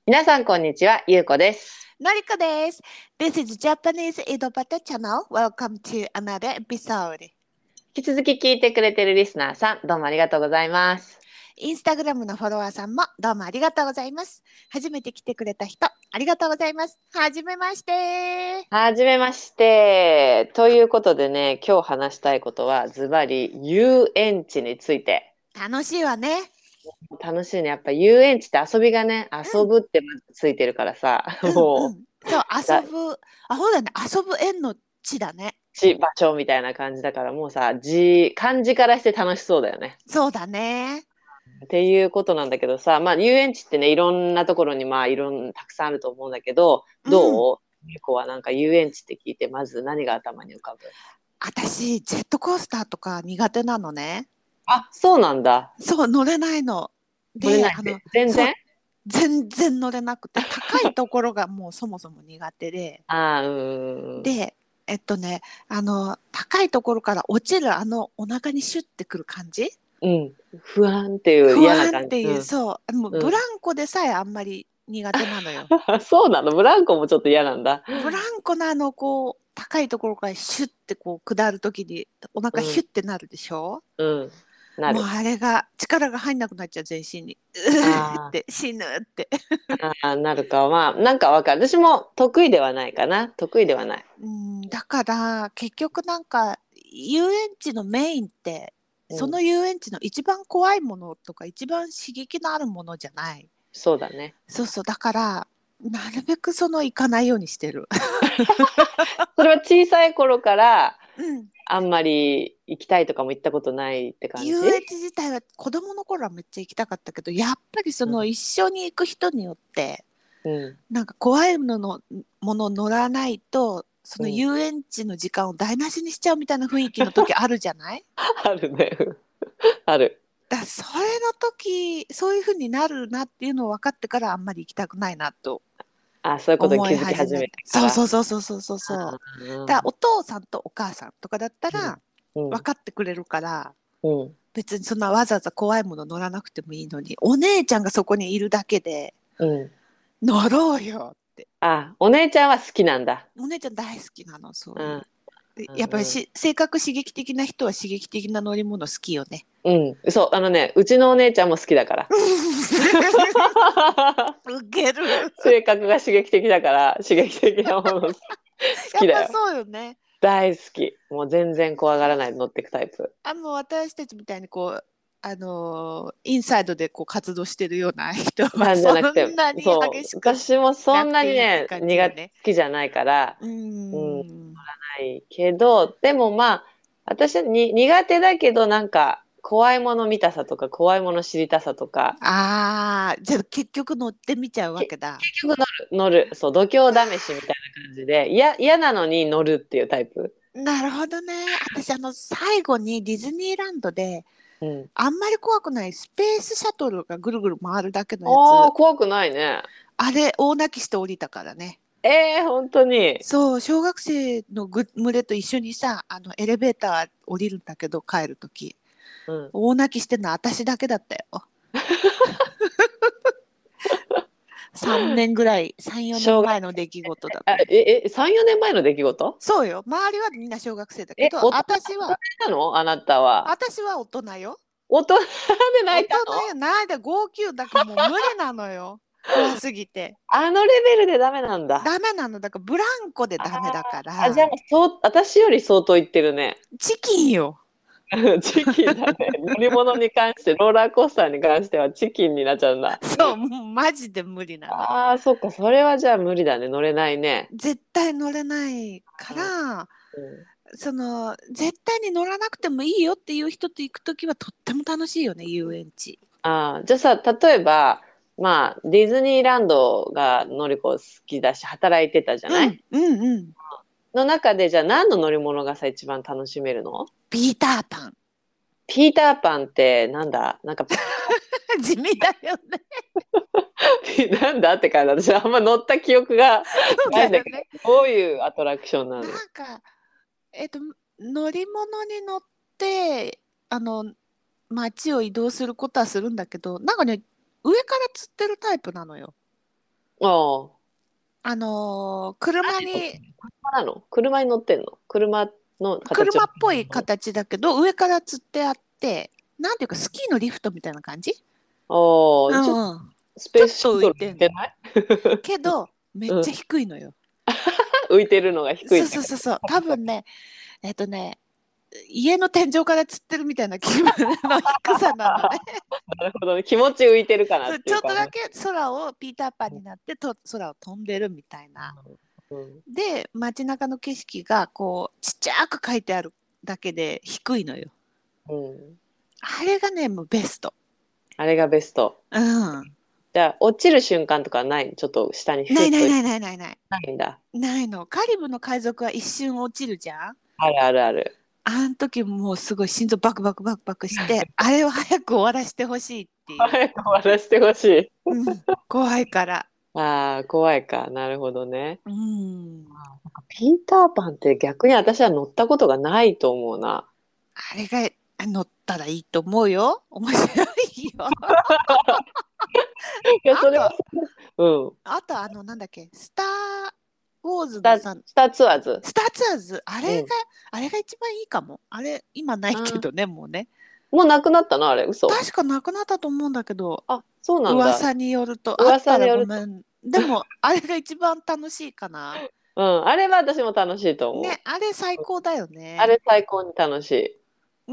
皆さん、こんにちは。ゆうこです。 のりこです。This is Japanese 井戸端 Channel. Welcome to another episode. 引き続き聞いてくれてるリスナーさん、どうもありがとうございます。 インスタグラムのフォロワーさんもどうもありがとうございます。初めて来てくれた人、ありがとうございます。はじめまして。 はじめまして。ということでね、今日話したいことは、ズバリ遊園地について。 楽しいわね。 楽しいね。やっぱ遊園地って遊びがね、遊うん、 ぶってまずついてるからさ、 うんうもん。そう、 う、 遊ぶ。あ、そうだね。遊ぶ縁の地だね。 場所みたいな感じだから、もうさ、漢字からして楽しそうだよね。 そうだね。 っていうことなんだけどさ、まあ遊園地ってね、いろんなところにたくさんあると思うんだけど、 うん。 どうゆうこはなんか遊園地って聞いて、まず何が頭に浮かぶ？ 私、ジェットコースターとか苦手なのね。 あ、そうなんだ。 そう、乗れないの。で、 乗れないって。全然。 そう、全然乗れなくて、高いところがもうそもそも苦手で、 ああ、うん。 で、高いところから落ちるお腹にシュッてくる感じ、 うん。不安っていう不嫌な感じ。 安っていう、 うん。 そう、もううん。 ブランコでさえあんまり苦手なのよ。 そうなの。ブランコもちょっと嫌なんだ。 ブランコのこう、高いところからシュッてこう下るときにおうん。 腹ヒュッてなるでしょ。 うん。なもうる。 あれが力が入んなくなっちゃう、全身に。うーっあて死ぬって。 なるか。まあ、なんかわかる。私も得意ではないかな。得意ではない。 うん、だから結局遊園地のメインってうん。 その遊園地の一番怖いものとか一番刺激のあるものじゃない。 そうだね。 そうそう、だからなるべく行かないようにしてる。 それは小さい頃からうん。 あんまり行きたいとかも行ったことないって感じ？ 遊園地自体は子供の頃はめっちゃ行きたかったけど、やっぱりうん。 一緒に行く人によってうん。 なんか怖いもの乗らないとそのうん。 遊園地の時間を台無しにしちゃうみたいな雰囲気の時あるじゃない。 あるね。ある。 それの時そういう風になるなっていうのを分かってからあんまり行きたくないなとあ、そういうことに思い気づき始め始めた。 てから。 そうそうそうそうそうそうそう。だからあお父さんとお母さんとかだったーうん。 ら分うん。 かってくれるから、 うん。 別にそんなわざわざ怖いもの乗らなくてもいいのに、お姉ちゃんがそこにいるだけでうん。 乗ろうよって。 あ、お姉ちゃんは好きなんだ。 お姉ちゃん大好きなの、そういう。 うん。 やっぱりうん。 性格刺激的な人は刺激的な乗り物好きよね。 うん。そう、うちのお姉ちゃんも好きだから。 ウケる。 性格が刺激的だから、刺激的なもの好やっぱきだよ。 そうよね。 大好き。もう全然怖がらないで乗っていくタイプ。 私たちみたいにインサイドでこう活動してるような人はなんじゃそなくて、 んなにそう、 激しく私もそんなくなにね、 ていいって感じよね。 好きじゃないから、 うーうん、 ん。 ないけど、でもまあ、私は苦手だけど、なんか、怖いもの見たさとか、怖いもの知りたさとか、 ああ、じゃあ結局乗ってみちゃうわけだ。 結局乗る、そう、度胸試しみたいな感じで、嫌なのに乗るっていうタイプ。 なるほどね。私最後にディズニーランドでうん。 あんまり怖くないスペースシャトルがぐるぐる回るだけのやああ、 つ、 怖くないね。 あれ大泣きして降りたからね。 本当に。 そう、小学生の群れと一緒にさ、エレベーター降りるんだけど、帰るとき。 うん。 大泣きしてんの私だけだったよ。3年ぐらい、3、4 小学、 年前の出来事だあ、 と思う。 3、4年前の出来事？ そうよ。周りはみんな小学生だけど、 大人なのあなたは？ 私は大人よ。 大人で泣大人いたの？ よ。なんで号泣だからもう無理なのよ。怖すぎて。 あのレベルでダメなんだ。 ダメなの。だからブランコであダメだかじゃあら、 もう私より相当言ってるね。 チキンよ。 チキンだね。乗り物に関して、ローラーコースターに関してはチキンになっちゃうんだ。 そう、もうマジで無理なの。 ああ、そっか、それはじゃあ無理だね。乗れないね。 絶対乗れないかあら、 うん、 絶対に乗らなくてもいいよっていう人と行くときはとっても楽しいよね、遊園地。 じゃあさ、例えば、まあ、ディズニーランドがのりこ好きだし、働いてたじゃない？ うん、うん、うん。 の中で、じゃあ何の乗り物がさ、一番楽しめるの？ ピーターパン。 ピーターパンってなんだなんか、 地味だよね。 なんだって感じ。私あんま乗った記憶がそうないんだけど、 だよね。 どういうアトラクションななの？ んか、えっと、乗り物に乗って、街を移動することはするんだけど、なんかね、上から釣ってるタイプなのよ。 あ車に、 車なの？車に乗ってんの？車の形を。 車っぽい形だけど、上から吊ってあって、なんていうか、スキーのリフトみたいな感じ。 ああ、ちょっとうんうん。 スちょっとペースシャトル浮いてんの。 してない？ けど、めっちゃうん。 低いのよ。 浮いてるのが低いそうってこそうそうそう。多分ね、えっとね、家の天井から吊ってるみたいな気分の低さなのね。 と。なるほどね。気持ち浮いてるかなっそう、 ていう感じ。 ちょっとだけ空をピーターパンになって空を飛んでるみたいな。 うん。 で、街中の景色がこうちっちゃく書いてあるだけで低いのよ。 うん。 あれがね、もうベスト。 あれがベスト。 うん。 じゃあ、落ちる瞬間とかない？ちょっと下にフッとないないないないないない。 ないんだ。 ないの。カリブの海賊は一瞬落ちるじゃん。 あるあるある。 あの時もうすごい心臓バクバクバクバクして、あれを早く終わらせてほしいっていう。 早く終わらせてほしい。 うん。怖いから。 ああ、怖いか。なるほどね。 うん。 ピーターパンって逆に私は乗ったことがないと思うな。 あれが乗ったらいいと思うよ。面白いよ。 いや、それは、 あと、 うん。 なんだっけ、スター・ウォーズのさ、 スターツアーズ。 スター・ツアーズ、 うん。 あれが一番いいかも。あれ、今ないけあどね、もうね。 ー、もうなくなったのあれ？嘘。 確かなくなったと思うんだけど、 あ、そうなんだ。 噂によると、あったら噂によると。 ごめん。でも、あれが一番楽しいかな。 うん。あれは私も楽しいと思ね、あれ最う。 高だよあね。 れ最高に楽しい。 うん、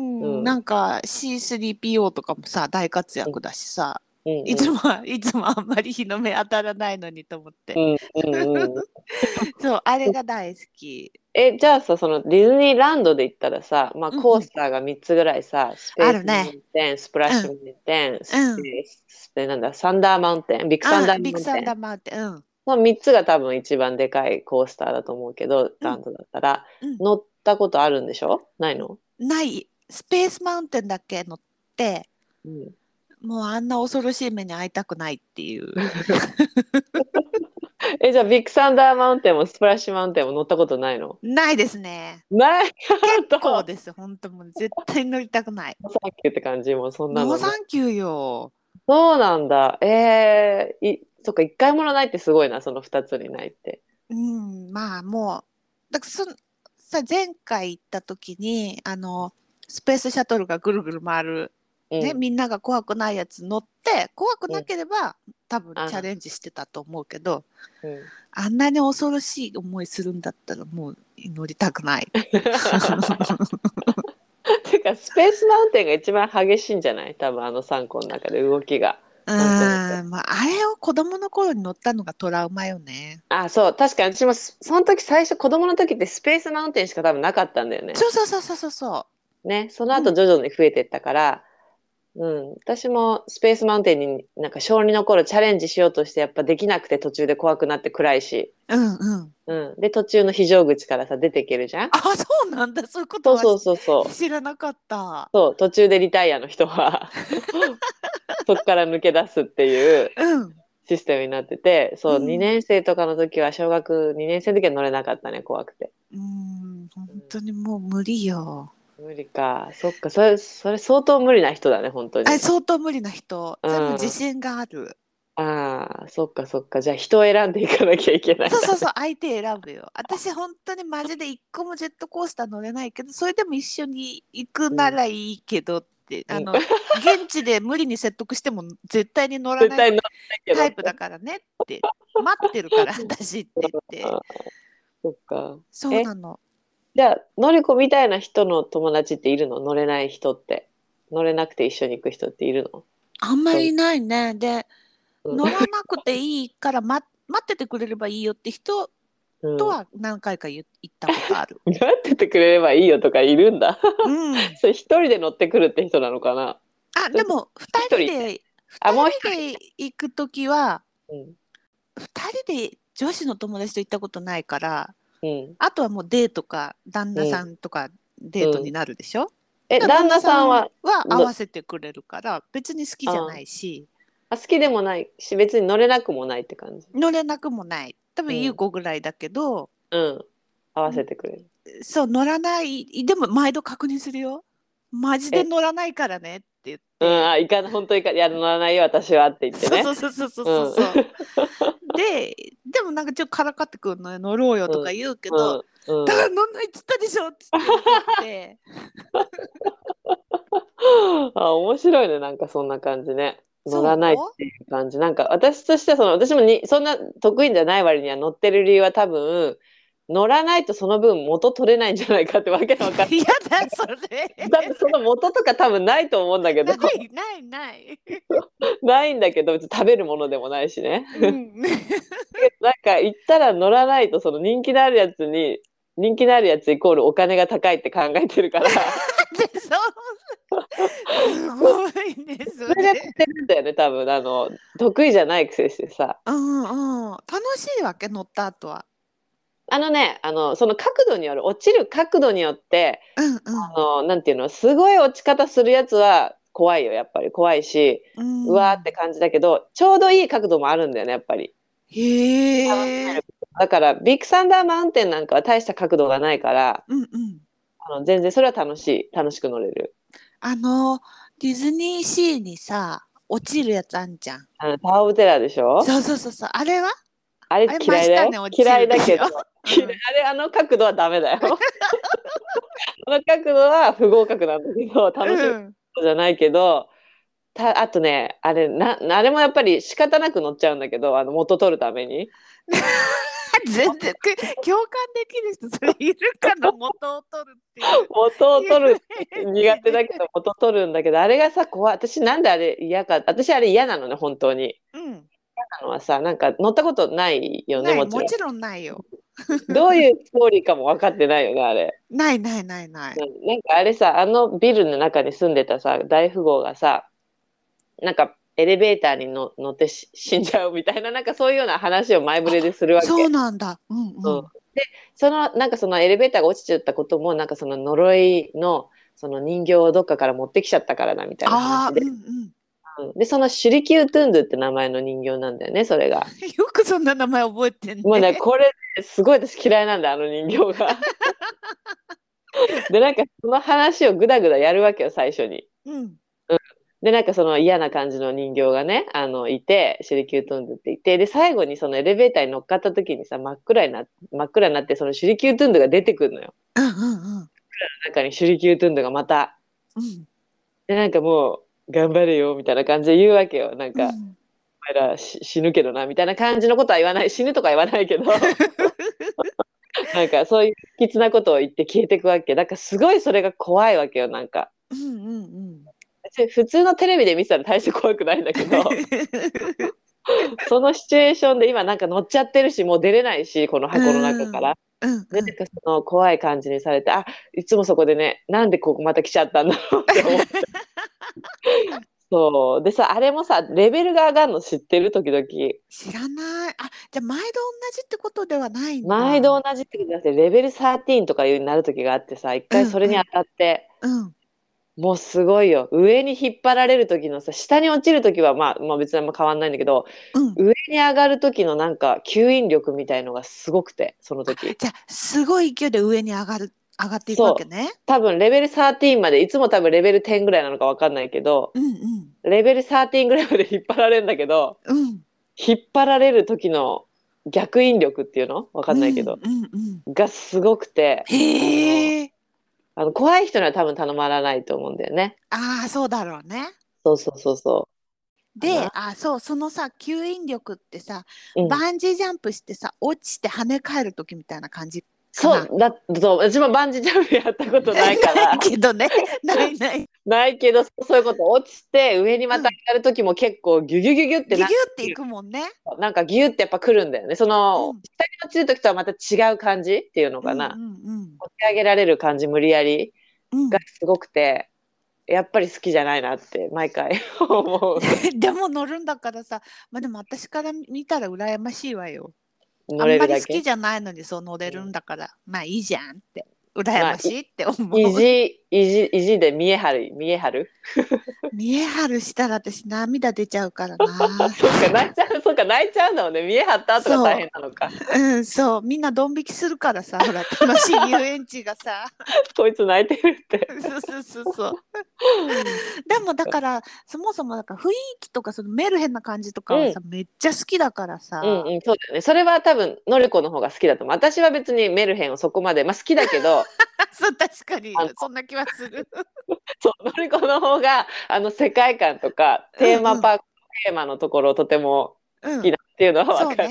うん。 なんか C3PO とかもさ、大活うん。 躍だしさ、 うん。 いつもあんまり日の目当たらないのにと思って。 うん。うん。うん。 そう、あれが大好き。 じゃあさ、そのディズニーランドで言ったらさ、まあうんうん。 コースターが3つぐらいさ、スペースマウあるね。 ンテン、スプラッシュうん、 マウンテン、 うん。 なんだ、サンダーマウンテン、ビッグサンダービッグサンダマウンテン。 ーマウンテン。うん。 その3つが多分一番でかいコースターだと思うけど、 うん。 ランドだったら、 うん。 乗ったことあるんでしょ？ないの？ ない。スペースマウンテンだけ乗って、 うん。 もうあんな恐ろしい目に遭いたくないっていう。 じゃあビッグサンダーマウンテンもスプラッシュマウンテンも乗ったことないの？ ないですね。 ない。 結構と、 です。本当もう絶対乗りたくない。 サンキューって感じもそんなノーのな。 サンキューよ。 そうなんだ。そっか、一回もないってすごいな、その二つにないって。 うん、まあもう、だから前回行った時に、スペースシャトルがぐるぐる回る、ね、 うん。 みんなが怖くないやつ乗って、怖くなうん。 ければ多分チャあ、 レンジしてたと思うけど、 うん。 あんなに恐ろしい思いするんだったらもう乗りたくない。 てか、スペースマウンテンが一番激しいんじゃない？多分あの3個の中で動きが。 うなんとなく。 ん、まあ、あれを子供の頃に乗ったのがトラウマよね。 あ、そう。確かに私もその時最初子供の時ってスペースマウンテンしか多分なかったんだよね。 そうそうそうそうそうそね。そのう。うん、 後徐々に増えてったから、うん。私もスペースマウンテンになんか小2の頃チャレンジしようとしてやっぱできなくて途中で怖くなって暗いし。 うんうん。 うん。で、途中の非常口からさ、出ていけるじゃん？ あ、そうなんだ。そういうことはそうそうそうそう。 知らなかった。 そう、途中でリタイアの人はそこから抜け出すっていううん。 システムになってて、そう、 うん。 2年生とかの時は、小学2年生の時は乗れなかったね、怖くて。 うん。本うん。 当にもう無理よ。 無理か。そっか、それ相当無理な人だね、本当あ、 に。 相当無理な人。 うでも自ん。 信がある。 ああ、そっかそっか。じゃあ人を選んでいかなきゃいけないんそうそうそう、 だね。 相手選ぶよ。私本当にマジで一個もジェットコースター乗れないけど、それでも一緒に行くうん。 ならいいけどって、 うん。 現地で無理に説得しても絶対に乗らない絶対乗らないけどって。 タイプだからねって、待ってるから私って言って。 ああ、そっか。 そうなの。 じゃあ、のりこみたいな人の友達っているの？乗れない人って。乗れなくて一緒に行く人っているの？ あんまりいそう。 ないね。で、 うん。 乗らなくていいから待っててくれればいいよって人うん。 とは何回か言ったことある。 待っててくれればいいよとかいるんだ。 うん。 それ一人で乗ってくるって人なのかな？ あ、 それともでも、 一人で。あ、もう一人。 二人で行くときは、 うん。 二人で女子の友達と行ったことないから、 うん。 あとはもうデートか旦那さうん。 んとかデートうん。 になるでしょ。だから旦旦那那さんさんは、 は合わせてくれるから別に好きじゃなあいし、 好きでもないし、別に乗れなくもないって感じ。 乗れなくもない。多分優うん。 子ぐらいだけど、 うん。合わせてくれる。 そう、乗らない。でも毎度確認するよ。マジでえ、 乗らないからねっ言っ行かない、本当にやらないよ、私はって言ってね。 そうそうそうそうそうそう。でもなんかちょっとからかってくるのよ、乗ろうよとか言うけど、だから乗んないっつったでしょっつって怒って。 面白いね、なんかそんな感じね。乗らないっそていう感じ。なんか私としては私もそんな得意じゃない割には乗ってる理由は多分、乗らないとその分元取れないんじゃないかってわけのわかんない。 やだ、それ。 多分その元とか多分ないと思うんだけど、 ない。 ないんだけど、別に食べるものでもないしね。 うん。 なんか行ったら乗らないとその人気のあるやつイコールお金が高いって考えてるから、 すごいね、そそれがれ。 知ってるんだよね、多分。得意じゃないくせしてさ。 楽しいわけ、乗った後は。 その角度による、落ちる角度によって、なんていうの、すごい落ち方するやつは怖いよ、やっぱり。怖いし、うわーって感じだけど、ちょうどいい角度もあるんだよね、やっぱり。 へえ。 だから、ビッグサンダーマウンテンなんかは大した角度がないから、全然それは楽しく乗れる。 ディズニーシーにさ、落ちるやつあんじゃん。 タワー・オブ・テラーでしょ？ そうそうそうそう。あれはあれ嫌いだよ。嫌いだけど、あの角度はダメだよ。あの角度は不合格なんだけど、楽しむじゃないけど、あとね、あれもやっぱり仕方なく乗っちゃうんだけど、元取るために。 全然共感できる人それいるかな、元を取るっていう。 元を取る苦手だけど元取るんだけど、あれがさ怖い。私なんであれ嫌か、私あれ嫌なのね、本当に。嫌なのはさ、なんか乗ったことないよね、もちろん。 もちろんないよ。 どういうストーリーかも分かってないよね、あれ。 ない。 なんかあれさ、あのビルの中に住んでたさ、大富豪がさ、なんかエレベーターに乗って死んじゃうみたいな、なんかそういうような話を前触れでするわけ。 そうなんだ。 で、なんかそのエレベーターが落ちちゃったことも、なんかその呪いのその人形をどっかから持ってきちゃったからだみたいな話で。で、そのシュリキュートゥンドゥって名前の人形なんだよね、それが。 よくそんな名前覚えてんね。 もうね、これ、すごい私嫌いなんだ、あの人形が。で、なんかその話をぐだぐだやるわけよ、最初に。で、なんかその嫌な感じの人形がね、いて、シュリキュートゥンドゥっていて、で、最後にそのエレベーターに乗っかった時にさ、真っ暗になって、そのシュリキュートゥンドゥが出てくるのよ。中にシュリキュートゥンドゥがまた。で、なんかもう、頑張れよ、みたいな感じで言うわけよ。なんか、お前ら死ぬけどな、みたいな感じのことは言わない。死ぬとか言わないけど。なんかそういう不吉なことを言って消えていくわけ。だからすごいそれが怖いわけよ、なんか。普通のテレビで見てたら大して怖くないんだけど、そのシチュエーションで今なんか乗っちゃってるし、もう出れないし、この箱の中から。で、なんかその怖い感じにされて、いつもそこでね、なんでここまた来ちゃったんだろうって思って。そう。でさ、あれもさ、レベルが上がるの知ってる？時々。 知らない。じゃあ毎度同じってことではないんだ。 毎度同じってことじゃなくて、レベル13とかになる時があってさ、一回それに当たって、もうすごいよ。上に引っ張られる時のさ、下に落ちる時はまあ別にあんま変わんないんだけど、上に上がる時のなんか吸引力みたいのがすごくて、その時。 じゃあすごい勢いで上に上がっていくわけね。 多分レベル13まで、いつも多分レベル10ぐらいなのか分かんないけど、レベル13ぐらいまで引っ張られるんだけど、引っ張られる時の逆引力っていうの分かんないけど、がすごくて、怖い人には多分頼まないと思うんだよね。 そうだろうね。 そう。 で、そのさ、吸引力ってさ、バンジージャンプしてさ、落ちて跳ね返る時みたいな感じかな。 私もバンジージャンプやったことないから。 ないけどね。 ないけど、そういうこと。落ちて上にまた上がる時も結構ギュギュギュギュってギュギュっていくもんね。 なんかギュってやっぱ来るんだよね。その、下に落ちる時とはまた違う感じっていうのかな。持ち上げられる感じ、無理やりがすごくて、やっぱり好きじゃないなって毎回思う。 でも乗るんだからさ、でも私から見たら羨ましいわよ。 乗れるだけ。 あんまり好きじゃないのにそう乗れるんだから、まあいいじゃんって。羨ましいって思う。 意地で見え張る。 見え張るしたら私涙出ちゃうからな。 そっか、泣いちゃう。そそっか、泣いちゃうんだもんね。見え張った後が大変なのか。 そう、みんなドン引きするからさ、ほら、楽しい遊園地がさ。 こいつ泣いてるって。 そう。でもだから、そもそもだから雰囲気とかそのメルヘンな感じとかはさ、めっちゃ好きだからさ。 そうだよね。それは多分のりこの方が好きだと思う。私は別にメルヘンをそこまで、まあ好きだけど、 そう確かにそんな気はする。 そうのりこの方が世界観とかテーマパーク、テーマのところをとても好きだっていうのは分かる。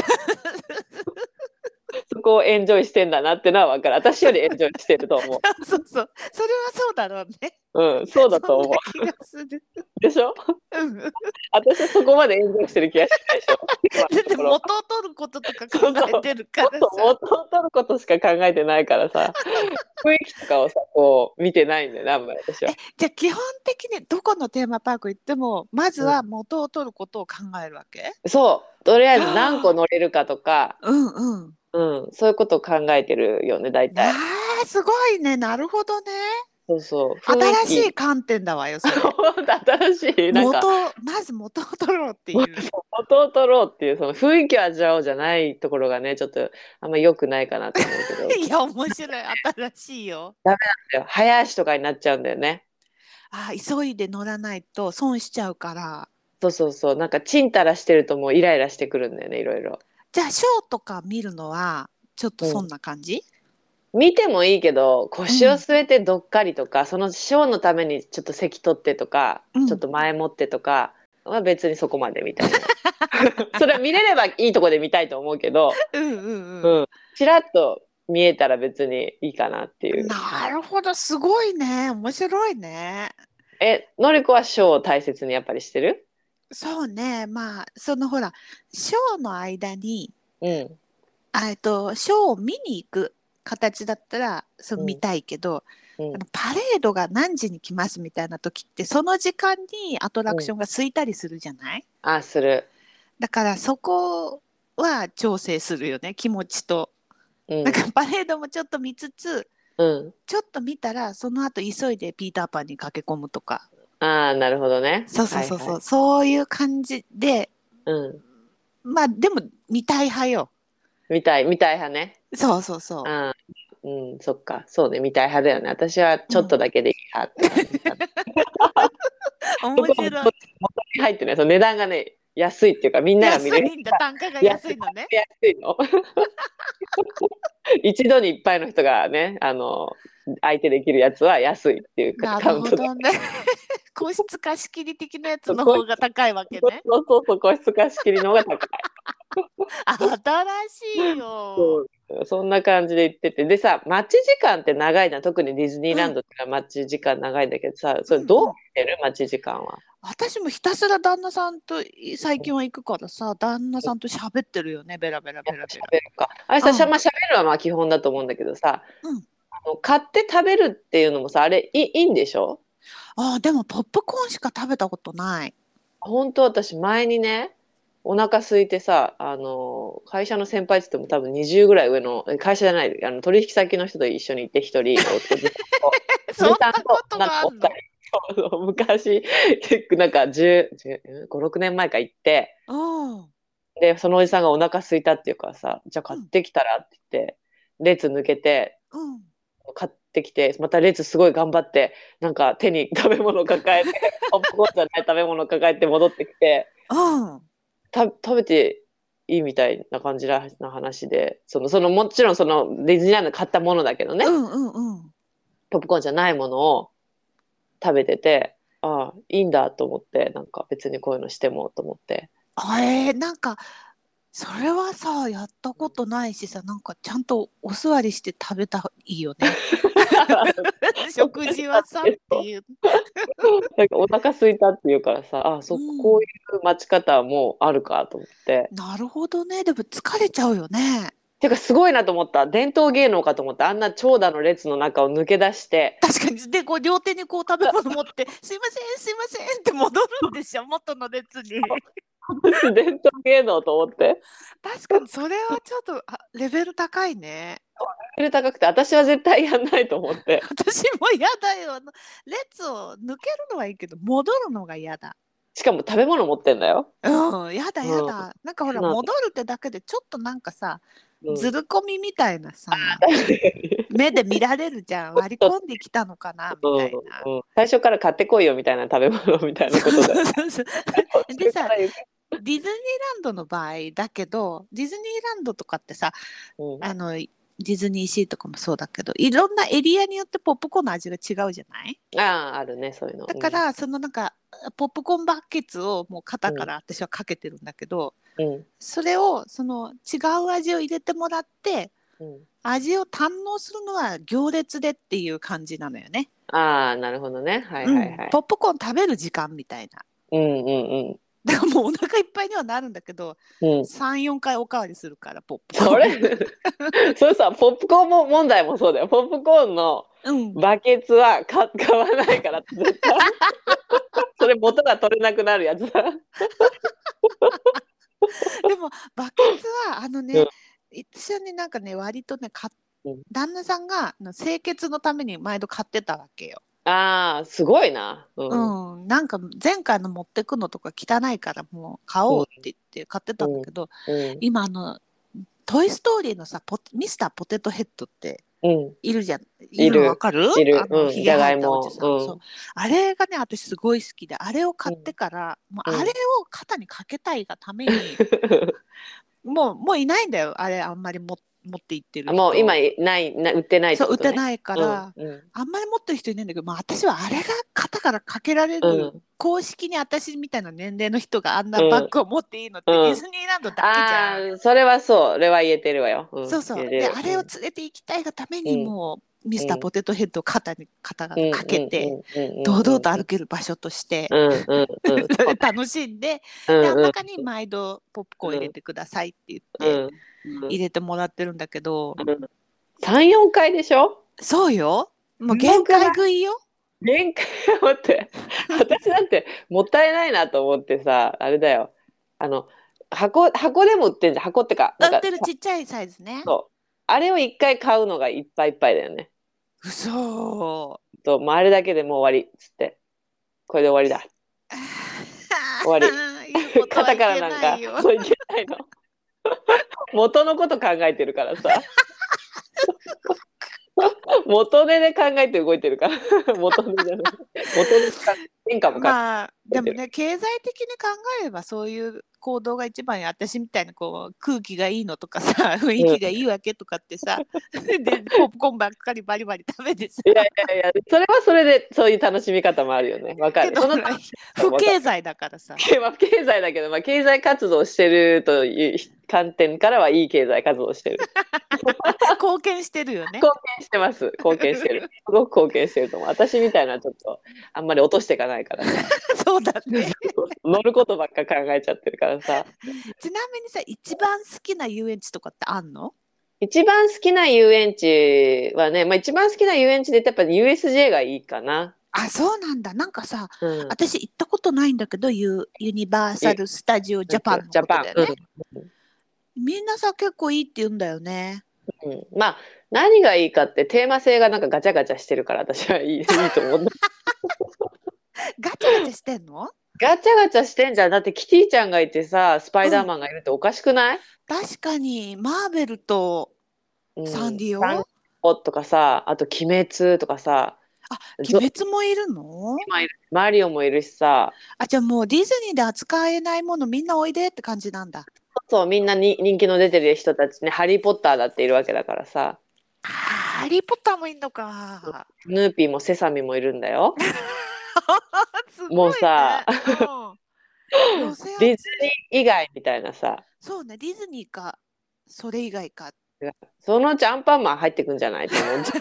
そこをエンジョイしてんだなっていうのは分かる。私よりエンジョイしてると思う。 そう。それはそうだろうね。 そうだと思う。 気がする。 でしょ？私はそこまでエンジョイしてる気がしないでしょ。 だって元を取ることとか考えてるからさ。 元を取ることしか考えてないからさ、雰囲気とかをさ、こう見てないんだよね、あんまり私は。 じゃあ基本的にどこのテーマパーク行ってもまずは元を取ることを考えるわけ？ そう、とりあえず何個乗れるかとか、そういうことを考えてるよね、大体。 すごいね、なるほどね。 そう。 新しい観点だわよ、それ。 新しい、なんかまず元を取ろうっていう。 元を取ろうっていう、その雰囲気を味わおうじゃないところがね、ちょっとあんま良くないかなと思うけど。 いや、面白い、新しいよ。 ダメなんだよ。早足とかになっちゃうんだよね。 急いで乗らないと損しちゃうから。 そう。なんかちんたらしてるともうイライラしてくるんだよね、いろいろ。 じゃあ、ショーとか見るのは、ちょっとそんな感じ？ 見てもいいけど、腰を据えてどっかりとか、そのショーのためにちょっと席取ってとか、ちょっと前もってとかは別にそこまでみたいな。それは見れればいいとこで見たいと思うけど、ちらっと見えたら別にいいかなっていう。 なるほど、すごいね。面白いね。 のりこはショーを大切にやっぱりしてる？ そうね。まあ、そのほら、ショーの間に、ショーを見に行く形だったら見たいけど、パレードが何時に来ますみたいな時ってその時間にアトラクションが空いたりするじゃない？ する。 だからそこは調整するよね、気持ちと。なんかパレードもちょっと見つつ、ちょっと見たらその後急いでピーターパンに駆け込むとか。 なるほどね。 そう、そういう感じで、まあでも見たい派よ。 見たい派ね。 そう。 そっか。そうね、見たい派だよね。私はちょっとだけでいい派って感じ。 面白い。 元に入ってない。その値段がね、安いっていうか、みんなが見れる。 安いんだ、単価が安いのね。 安いの。一度にいっぱいの人がね、相手できるやつは安いっていうカウントだ。なるほどね。個室貸し切り的なやつの方が高いわけね。 そう、個室貸し切りの方が高い。 新しいよ。 そんな感じで言ってて。でさ、待ち時間って長いな。特にディズニーランドって待ち時間長いんだけどさ、それどうしてる？待ち時間は。 私もひたすら旦那さんと最近は行くからさ、旦那さんと喋ってるよね、ベラベラ。 喋るか。あれさ、喋るのは基本だと思うんだけどさ、買って食べるっていうのもさ、あれいいんでしょ？ でもポップコーンしか食べたことない。 本当、私前にね、お腹空いてさ、会社の先輩って言っても多分20ぐらい上の、会社じゃない、取引先の人と一緒に行って一人、 そんなことがあるの？ 昔、なんか5、6年前か行って、で、そのおじさんがお腹空いたっていうからさ、じゃあ買ってきたらって言って、列抜けて、買ってきて、また列すごい頑張って、なんか手に食べ物抱えて、ポップコーンじゃない食べ物抱えて戻ってきて、食べていいみたいな感じな話で、もちろんディズニーランドで買ったものだけどね、ポップコーンじゃないものを食べてて、いいんだと思って、なんか別にこういうのしてもと思って。 なんかそれはさ、やったことないしさ、なんかちゃんとお座りして食べたらいいよね。食事はさっていう。 なんかお腹空いたっていうからさ、こういう待ち方もあるかと思って。 なるほどね。でも疲れちゃうよね。 てかすごいなと思った。伝統芸能かと思った。あんな長蛇の列の中を抜け出して。 確かに。で、両手に食べ物持って、すいませんって戻るんでしょ、元の列に。 伝統芸能と思って。 確かにそれはちょっとレベル高いね。 レベル高くて、私は絶対やんないと思って。 私も嫌だよ。列を抜けるのはいいけど戻るのが嫌だ。 しかも食べ物持ってんだよ。 うん、やだやだ。なんかほら、戻るってだけでちょっとなんかさ、ずる込みみたいなさ、目で見られるじゃん。割り込んできたのかなみたいな。 最初から買ってこいよみたいな食べ物みたいなことで。 でさ、ディズニーランドの場合だけど、ディズニーランドとかってさ、ディズニーシーとかもそうだけど、いろんなエリアによってポップコーンの味が違うじゃない？ あるね、そういうの。 だから、そのなんかポップコーンバケツをもう肩から私はかけてるんだけど、それをその違う味を入れてもらって、味を堪能するのは行列でっていう感じなのよね。 なるほどね。はいはいはい。 ポップコーン食べる時間みたいな。だからもうお腹いっぱいにはなるんだけど、3、4回おかわりするから、ポップコーン。それさ、ポップコーンも問題もそうだよ。ポップコーンのバケツは買わないから、絶対。それ元が取れなくなるやつだ。 でも、バケツは、一緒になんかね、割とね、旦那さんが清潔のために毎度買ってたわけよ。 すごいな。 なんか前回の持ってくのとか汚いからもう買おうって言って買ってたんだけど、今トイストーリーのさ、ミスターポテトヘッドっているじゃん。いるのわかる？ いる。 ひげ生えたおじさん。そう。あれがね、私すごい好きで、あれを買ってから、もうあれを肩にかけたいがために、もういないんだよ。あれあんまり持って行ってる人。 もう今売ってないってことね。 そう、売ってないから、あんまり持ってる人いないんだけど、私はあれが肩からかけられる、公式に私みたいな年齢の人があんなバッグを持っていいのって、ディズニーランドだけじゃん。 それは言えてるわよ。 そうそう。で、あれを連れて行きたいがためにもう、ミスターポテトヘッドを肩がかけて、堂々と歩ける場所として、楽しんで、で、あん中に毎度ポップコーン入れてくださいって言って、入れてもらってるんだけど、 3、4回でしょ？ そうよ。もう限界食いよ。 限界を持って、私なんてもったいないなと思ってさ、あれだよ。箱でも売ってんじゃん。箱ってか。 売ってるちっちゃいサイズね。 そう。あれを1回買うのがいっぱいいっぱいだよね。 嘘。 あれだけでもう終わりっつって。これで終わりだ。終わり。肩からなんか、そういけないの。元のこと考えてるからさ。元値で考えて動いてるから元値じゃない。変化もまあでもね、経済的に考えればそういう行動が一番や、私みたいなこう空気がいいのとかさ、雰囲気がいいわけとかってさ、でポップコーンばっかりバリバリ食べてさ。 いやそれはそれでそういう楽しみ方もあるよね。わかる。 不経済だからさ。 経済だけど、経済活動してるという観点からはいい経済活動してる。 貢献してるよね。 貢献してます。貢献してる。すごく貢献してると思う。私みたいなちょっとあんまり落としていかないからさ。 そうだね。 乗ることばっか考えちゃってるからさ。 ちなみにさ、一番好きな遊園地とかってあんの？ 一番好きな遊園地はね、一番好きな遊園地で言ったらやっぱ USJ がいいかな。 そうなんだ。なんかさ、私行ったことないんだけど、ユニバーサル・スタジオ・ジャパンのことだよね。みんなさ、結構いいって言うんだよね。 何がいいかってテーマ性がなんかガチャガチャしてるから私はいいと思う。 ガチャガチャしてんの？ ガチャガチャしてんじゃん。だってキティちゃんがいてさ、スパイダーマンがいるっておかしくない？ 確かに、マーベルとサンリオ、 サンリオとかさ、あと鬼滅とかさ。 鬼滅もいるの？ マリオもいるしさ。 じゃあもうディズニーで扱えないものみんなおいでって感じなんだ。 そう、みんなに人気の出てる人たちね、ハリー・ポッターだっているわけだからさ。 ハリー・ポッターもいんのか。 ヌーピーもセサミもいるんだよ。 すごいね。 もうさ、ディズニー以外みたいなさ。 そうね、ディズニーか、それ以外か。 そのうちアンパンマン入ってくんじゃないと思う。す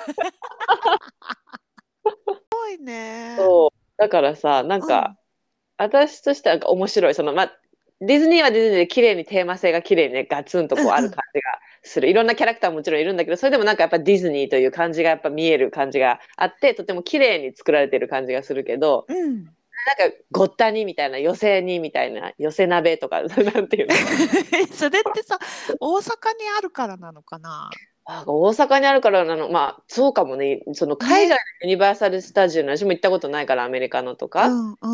ごいね。 そう。だからさ、なんか、私としては面白い。ディズニーはディズニーで綺麗にテーマ性が綺麗にね、ガツンとこうある感じがする。いろんなキャラクターももちろんいるんだけど、それでもなんかやっぱディズニーという感じがやっぱ見える感じがあって、とても綺麗に作られてる感じがするけど、なんかごったにみたいな、寄せにみたいな、寄せ鍋とか、なんていうのそれってさ、大阪にあるからなのかな？ 大阪にあるからなの、そうかもね。その海外のユニバーサル・スタジオの私も行ったことないから、アメリカのとか。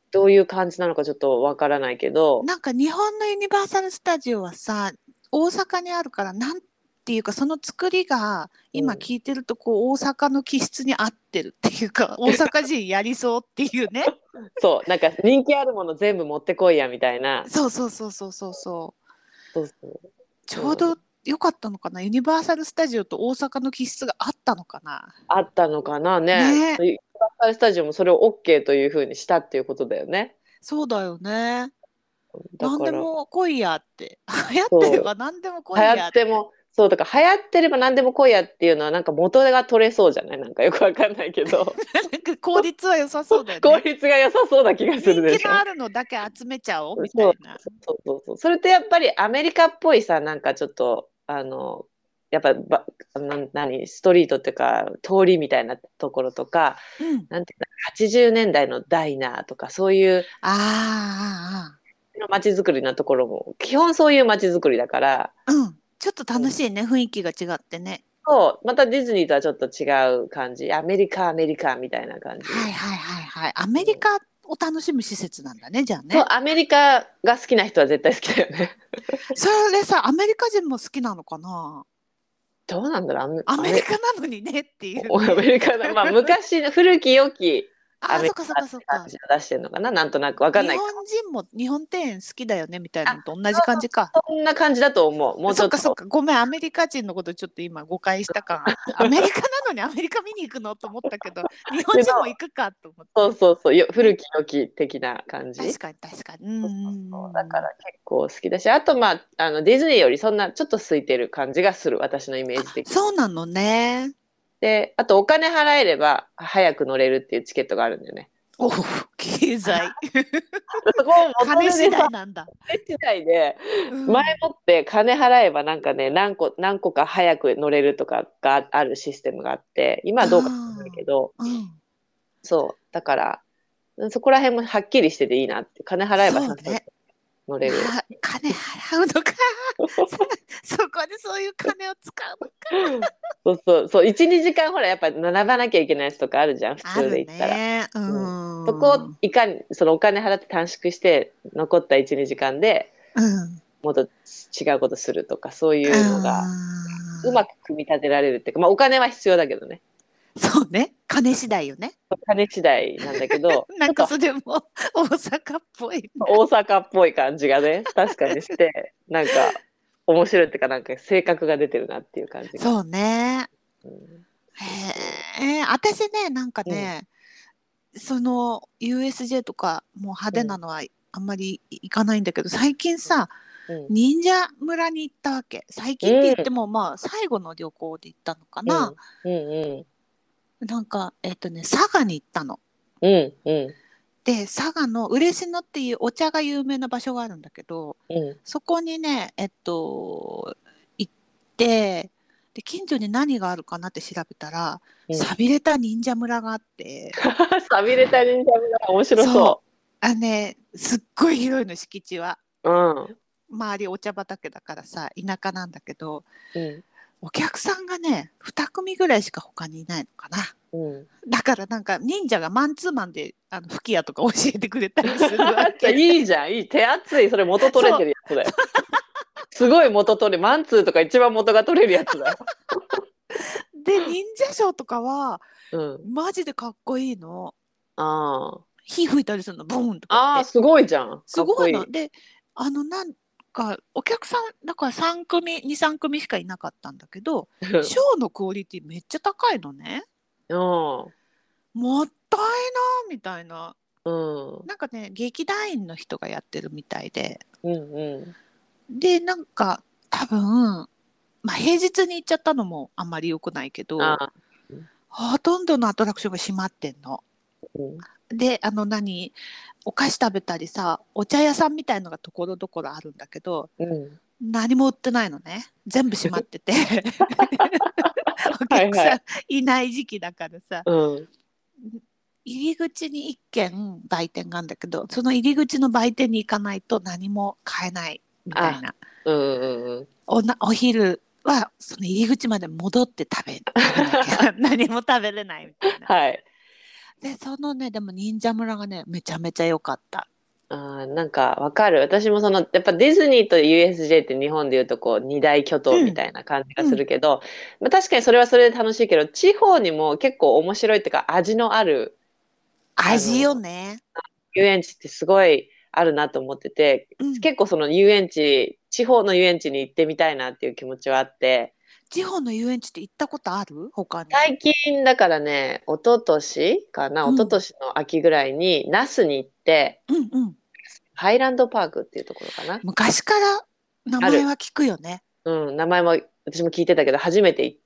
どういう感じなのかちょっとわからないけど。 なんか日本のユニバーサル・スタジオはさ、大阪にあるから、なんていうか、その作りが今聞いてるとこう、大阪の気質に合ってるっていうか、大阪人やりそうっていうね。 そう、なんか人気あるもの全部持ってこいやみたいな。 そうそうそうそうそうそう。 そうそう。 ちょうど良かったのかな、ユニバーサル・スタジオと大阪の気質があったのかな。 あったのかなね。 ね。 ユニバーサル・スタジオもそれを OK というふうにしたっていうことだよね。 そうだよね。何でだから、 も来いやって。流行ってれそう、 ば何でも来流行いやって。 っても、そう、だから流行ってれば何でも来いやっていうのはなんか元が取れそうじゃない？なんかよくわかんないけど。 なんか効率は良さそうだよ効ね。 率が良さそうな気がする人でしょ。 気のあるのだけ集めちゃおうみたそういな。 そうそうそう。それってやっぱりアメリカっぽいさ、なんかちょっと、やっぱストリートっていうか、通りみたいなところとか、 うん。 なんていうか、80年代のダイナーとか、そういうあ街づくりのところも、基本そういう街づくりだから、 あ、うん。ちょっとうん、 楽しいね、雰囲気が違ってね。 そう、またディズニーとはちょっと違う感じ。アメリカ、アメリカみたいな感じ。 はいはいはいはい。アメうん、 リカを楽しむ施設なんだね、じゃあそう、 ね。 アメリカが好きな人は絶対好きだよね。 それさ、アメリカ人も好きなのかな。 どうなんだろう、 アメリカなのにねっていうアメね。 リカの、まあ昔の古き良きアああ、 メリそっかそっカって感かそっか。 じを出してるのかな、なんとなくわかん日ないけど。 本人も日本庭園好きだよねみたいなあ、 のと同じ感じか。 そんな感じだと思う。もうちょっと。 そっかそっか。ごめん、アメリカ人のことちょっと今誤解したか。アメリカなのにアメリカ見に行くのと思ったけど、日本けど、 人も行くかと思っそうて。 そうそう、 ね。 古き良き的な感じ。 確かに確かに。うんそうそううんそう。 うんうん。 だから結構好きだし、あとまあ、ディズニーよりそんなちょっと空いてる感じがする、私のイメージあ、 的に。 そうなのね。 で、あとお金払えれば早く乗れるっていうチケットがあるんだよね。 おお、経済。 そこを金次元手でさ、 第なんだ。 金次第で、 う前ん。 もって金払えばなんかね、何個か早く乗れるとかがあるシステムがあって、今はどうかわかんないあけど、 あ、うん。 そう、だから、そこら辺もはっきりしてていいなって、金払えばさっさとそうね。 乗れる。 金払うのか。そこでそういう金を使うのか。 そうそうそう、1、2時間ほらやっぱ並ばなきゃいけないやつとかあるじゃん、普通あるで言ったら。 ね。ううん、そこをん。 いかに、そのお金払って短縮して、残った1、2時間でうん。 もっと違うことするとか、そういうのがうまあく組み立てられるっていうか、まあお金は必要だけどね。 そうね。金次第よね。 金次第なんだけど、 なんかちょっとそれも大阪っぽいな。 大阪っぽい感じがね、確かにして、なんか面白いっていうか、なんか性格が出てるなっていう感じが。 そうね。 うん、そうそへえ、私ね、なんかう。うん、 ね、その USJ とかもう派うん、 手なのはあんまり行かないんだけど、最近さ、 うん、 忍者村に行ったわけ。最近って言ってうん、 もまあ最後の旅行で行ったのかな。 うん、うん、 なんか、佐賀に行ったの。 うん、うん、 で、佐賀の嬉野っていうお茶が有名な場所があるんだけど、 うん、 そこにね、行って、で、近所に何があるかなって調べたら、 うん。 寂れた忍者村があって、 さびれた忍者村、面白そそう。すっごい広いの、敷地は。 う。うん、 周りお茶畑だからさ、田舎なんだけど、 うん、 お客さんがね、2組ぐらいしか他にいないのかな。 うん。 だからなんか忍者がマンツーマンで吹き矢とか教えてくれたりするわじゃあけ。 いいじゃん、いい。手厚い。それ元取れそう。 てるやつだよ。すごい元取れ、マンツーとか一番元が取れるやつだよ。 で、忍者ショーとかは、 うん。 マジでかっこいいの。 あ火吹いたりするの、ブーンとかあ。ああ、 言って。 すごいじゃん。かすごいの。 っこいい。 で、なんか、お客さん、だから3組、2、3組しかいなかったんだけど、ショーのクオリティめっちゃ高いのね。 うん。 もったいな、みたいな。 うん。 なんかね、劇団員の人がやってるみたいで。 うん。 で、なんか、多分、まあ、平日に行っちゃったのもあんまり良くないけど、 ああ。 ほとんどのアトラクションが閉まってんの。 うん。 で、お菓子食べたりさ、お茶屋さんみたいのがところどころあるんだけど、 うん。 何も売ってないのね。全部閉まってて。お客さんはいはい。 いない時期だからさ、 うん。 入り口に一軒売店があるんだけど、その入り口の売店に行かないと何も買えないみたいあ、 な。 うんうんうん。 お昼はその入り口まで戻って食べなきゃ何も食べれないみたいな。 はい。 でそのねでも忍者村がねめちゃめちゃ良かった。 なんかわかる。私もやっぱディズニーと USJ って日本でいうとこう二大巨頭みうんたいな感じがすうん。 るけど、まあ、確かにそれはそれで楽しいけど、地方にも結構面白いっていうか味のある、あ味よの、 ね。 遊園地ってすごいあるなと思ってて、 うん。 結構その遊園地、地方の遊園地に行ってみたいなっていう気持ちはあって、 地方の遊園地って行ったことある他に？ 最近だからね、一昨年かな、一昨うん年の秋ぐらいに那須に行って、 うんうん。 ハイランドパークっていうところかな。 昔から名ある。 前は聞くよね。 うん、名前も私も聞いてたけど、初めて行って、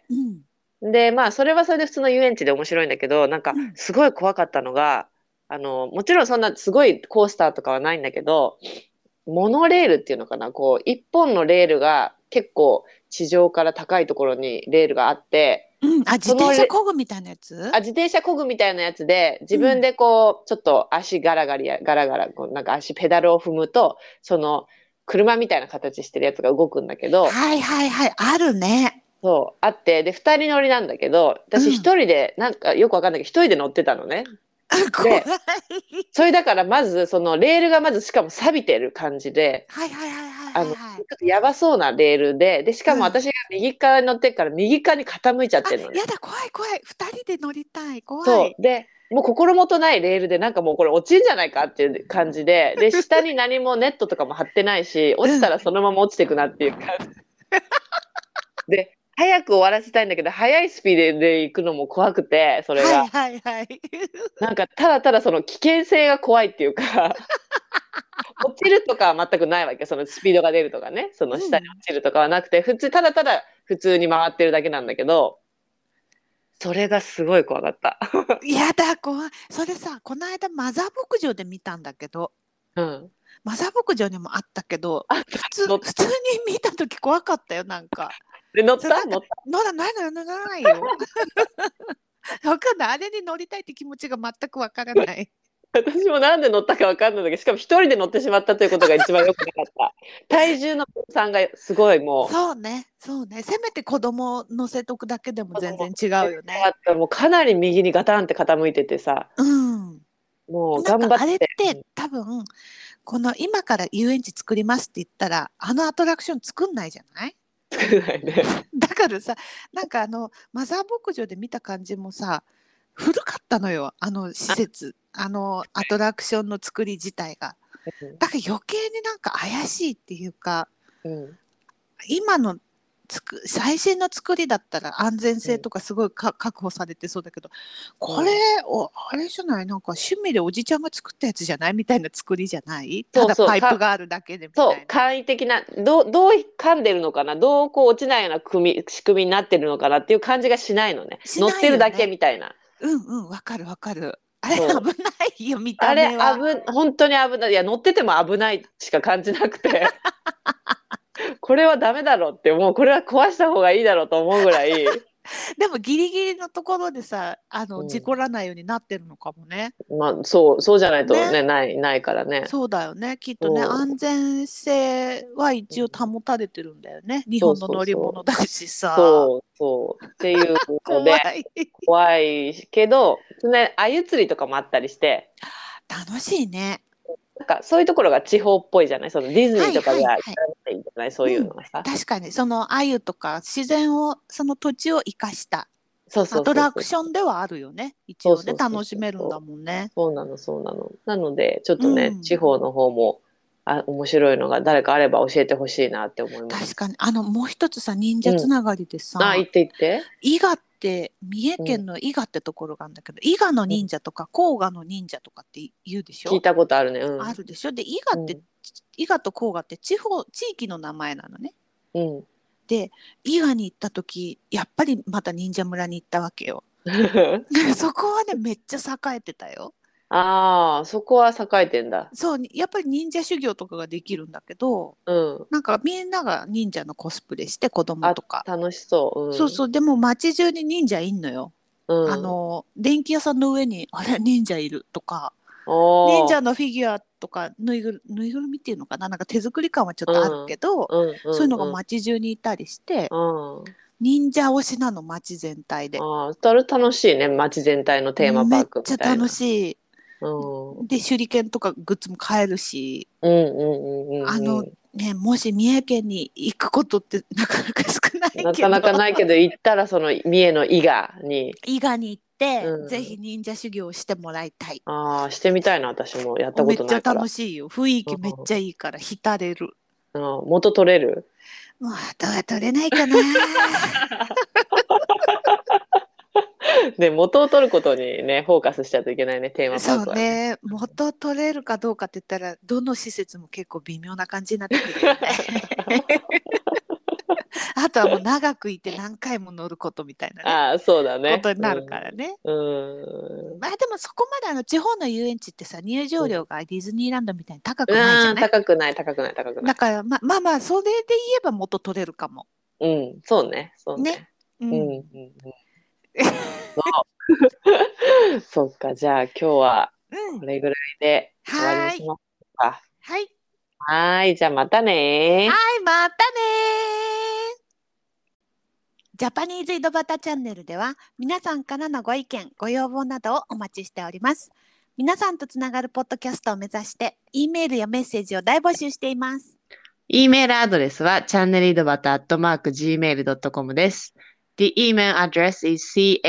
うんで、まあ、それはそれで普通の遊園地で面白いんだけど、なんか、 うんすごい怖かったのが、もちろんそんなすごいコースターとかはないんだけど、モノレールっていうのかな、こう、一本のレールが結構地上から高いところにレールがあって、 うん。あ、自転車そのレ、 漕ぐみたいなやつ？ 自転車漕ぐみたいなやつで、自分うんでこう、ちょっと足ガラガラ、こう、なんか足ペダルを踏むと、車みたいな形してるやつが動くんだけど、 はいはいはい、あるね。 そう、あって、で、二人乗りなんだけど、私うん。 一人で、なんかよくわかんないけど、一人で乗ってたのね。 怖で、 い。 それだからまず、そのレールがまずしかも錆びてる感じで、 はいはいはいはいちょはいはい。 っとやばそうなレールで、しかもうん。 私が右側に乗ってるから右側に傾いちゃっあ、 てるのね。 やだ、怖い怖い。二人で乗りたい。怖い。 そう。で、もう心もとないレールで、なんかもうこれ落ちんじゃないかっていう感じで、下に何もネットとかも張ってないし、落ちたうん。 らそのまま落ちていくなっていう感じで、早く終わらせたいんだけど、速いスピードで行くのも怖くて、それが。 はいはいはい。 なんか、ただただその危険性が怖いっていうか、落ちるとかは全くないわけ。そのスピードが出るとかね、その下にうん。 落ちるとかはなくて、ただただ普通に回ってるだけなんだけど、それがすごい怖かった。 やだ、怖い。それさ、この間マザー牧場で見たんだけど、 うん。 マザー牧場にもあったけど、 あ、乗っ普通に見た時怖かったよ、なんか。 で乗っそれなんか、 た乗った。 乗らないよ。わかんない。あれに乗りたいって気持ちが全くわからない。 私もなんで乗ったかわかんないんだけど、しかも一人で乗ってしまったということが一番良くなかった。体重の分散がすごいもそうね、そうね。せめて子供乗せとくだけでもう、 全然違うよね。 もうかなり右にガタンって傾いててさ、 うん。 もうなんかあれっ頑張って。 て多分、この今から遊園地作りますって言ったら、あのアトラクション作んないじゃない？ 少ないね。 だからさ、なんかマザー牧場で見た感じもさ、古かったのよ、あの施あ、 設。アトラクションの作り自体が。 うん、 だから余計になんか怪しいっていうか、 うん、 今の最新の作りだったら安全うん、 性とかすごい確保されてそうだけど、これうん。 あれじゃない、なんか趣味でおじちゃんが作ったやつじゃないみたいな作りじゃない？たそうそう、 だパイプがあるだけでみたそう、 いな。 簡易的な、どう噛んでるのかな、どうこう落ちないような仕組みになってるのかなっていう感じがしないのね。 しな乗ってるだけいよね。 みたいな。 うんうん、わかるわかる。あれ危そう。 ないよ、見たあれ、 目は。 本当に危ない。いや、乗ってても危ないしか感じなくて、これはダメだろうって、もうこれは壊した方がいいだろうと思うぐらい、 でもギリギリのところでさ、 う事故らないようになってるのかもね。 ん。まあ、そうじゃないとね。 ね、ないからね。 そうだよね。きっとね、 そ安全性は一応う。 保たれてるんだよね。日そう本の乗りそうそう。 物だしさ。 そう。っていうので、 怖い。 怖いけど、ね、鮎釣りとかもあったりして、 楽しいね。 なんかそういうところが地方っぽいじゃない、そのディズニはいーとかではやはいはい。 らないじゃない、そういうん。 うのがさ。 確かに、その鮎とか自然を、その土地を生かしたアトラクションではあるよね。一応ね、楽しめるんだそう。 もんね。 そうなの。なので、ちょっうとね、地ん。 方の方も、面白いのが誰かあれば教えてほしいなって思います。 確かに、もう一つさ、忍者うん。 つながりでさ、 言って言って。 伊賀って、三重うん。 県の伊賀ってところがあるんだけど、伊賀のうん。 忍者とか甲賀の忍者とかって言うでしょ？ 聞いたことあるね。うん。 あるでしょ？で、伊賀って、 うん。 伊賀と甲賀って地域の名前なのね。 うん。 で、伊賀に行った時、やっぱりまた忍者村に行ったわけよ。そこはね、めっちゃ栄えてたよ。 ああ、そこは栄えてんだ。 そう、やっぱり忍者修行とかができるんだけど、 うん。 なんかみんなが忍者のコスプレして子供とか。 楽しそう。 そうそう、でも街中に忍者いんのよ。 うん。うん。 電気屋さんの上に、あれ、忍者いるとか、忍おー。 者のフィギュアとかぬいぐるみっていうのかな、なんか手作り感はちょっうとあるん。 けど、 うん。 そういうのがうん。 街中にいたりして、 うん。 忍者推しなの、街全体で。 ああ、それ楽しいね、街全体のテーマパークみたいな。 めっちゃ楽しい。 うん。 で、手裏剣とかグッズも買えるし、 うんうんうんうんもし三重県に行くことってなかなか少ないなかけど、 なかないけど、行ったらその三重の伊賀に。 伊賀に行って、 うん、 ぜひ忍者修行をしてもらいたい。 ああ、してみたいな、私も。やったこめっちゃとないから。 楽しいよ。雰囲気めっちゃいいから浸れる。 うん、元取れる？ もうあとは取れないかな。 で、元を取ることにね、フォーカスしちゃうといけないね、テーマパーそうクはね。 ね。元取れるかどうかって言ったら、どの施設も結構微妙な感じになってくるよね。あとはもう長くいて何回も乗ることみたいなね、 ああ、そうだね。 ことになるからね。 うん。 まあでもそこまで地方の遊園地ってさ、入場料がディズニーランドみたいに高くないじゃうん、 ない？ 高くない、高くない、高くない。 だからまあそれで言えば元取れるかも。 うん、そうね、そうね。 ね。うん、うん、 うん。 うん。そう。そっか、じゃあ今日はうん。 これぐらいで終わりにはーい。 しますか。 はい。 はーい、じゃあまたはねい、またねー。ジャパニーズ井戸端チャンネルでは皆さんからのご意見、ご要望などをお待ちしております。皆さんとつながるポッドキャストを目指して、Eメールやメッセージを大募集しています。 E メールアドレスは channelidobata@gmail.com です。The email address is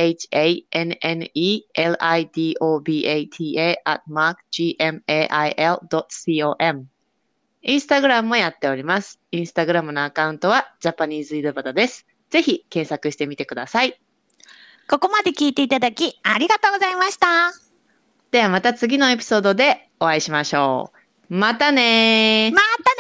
channelidobata@gmail.com。インスタグラムもやっております。インスタグラムのアカウントはジャパニーズ井戸端です。ぜひ検索してみてください。 ここまで聞いていただきありがとうございました。 ではまた次のエピソードでお会いしましょう。またねー。 またね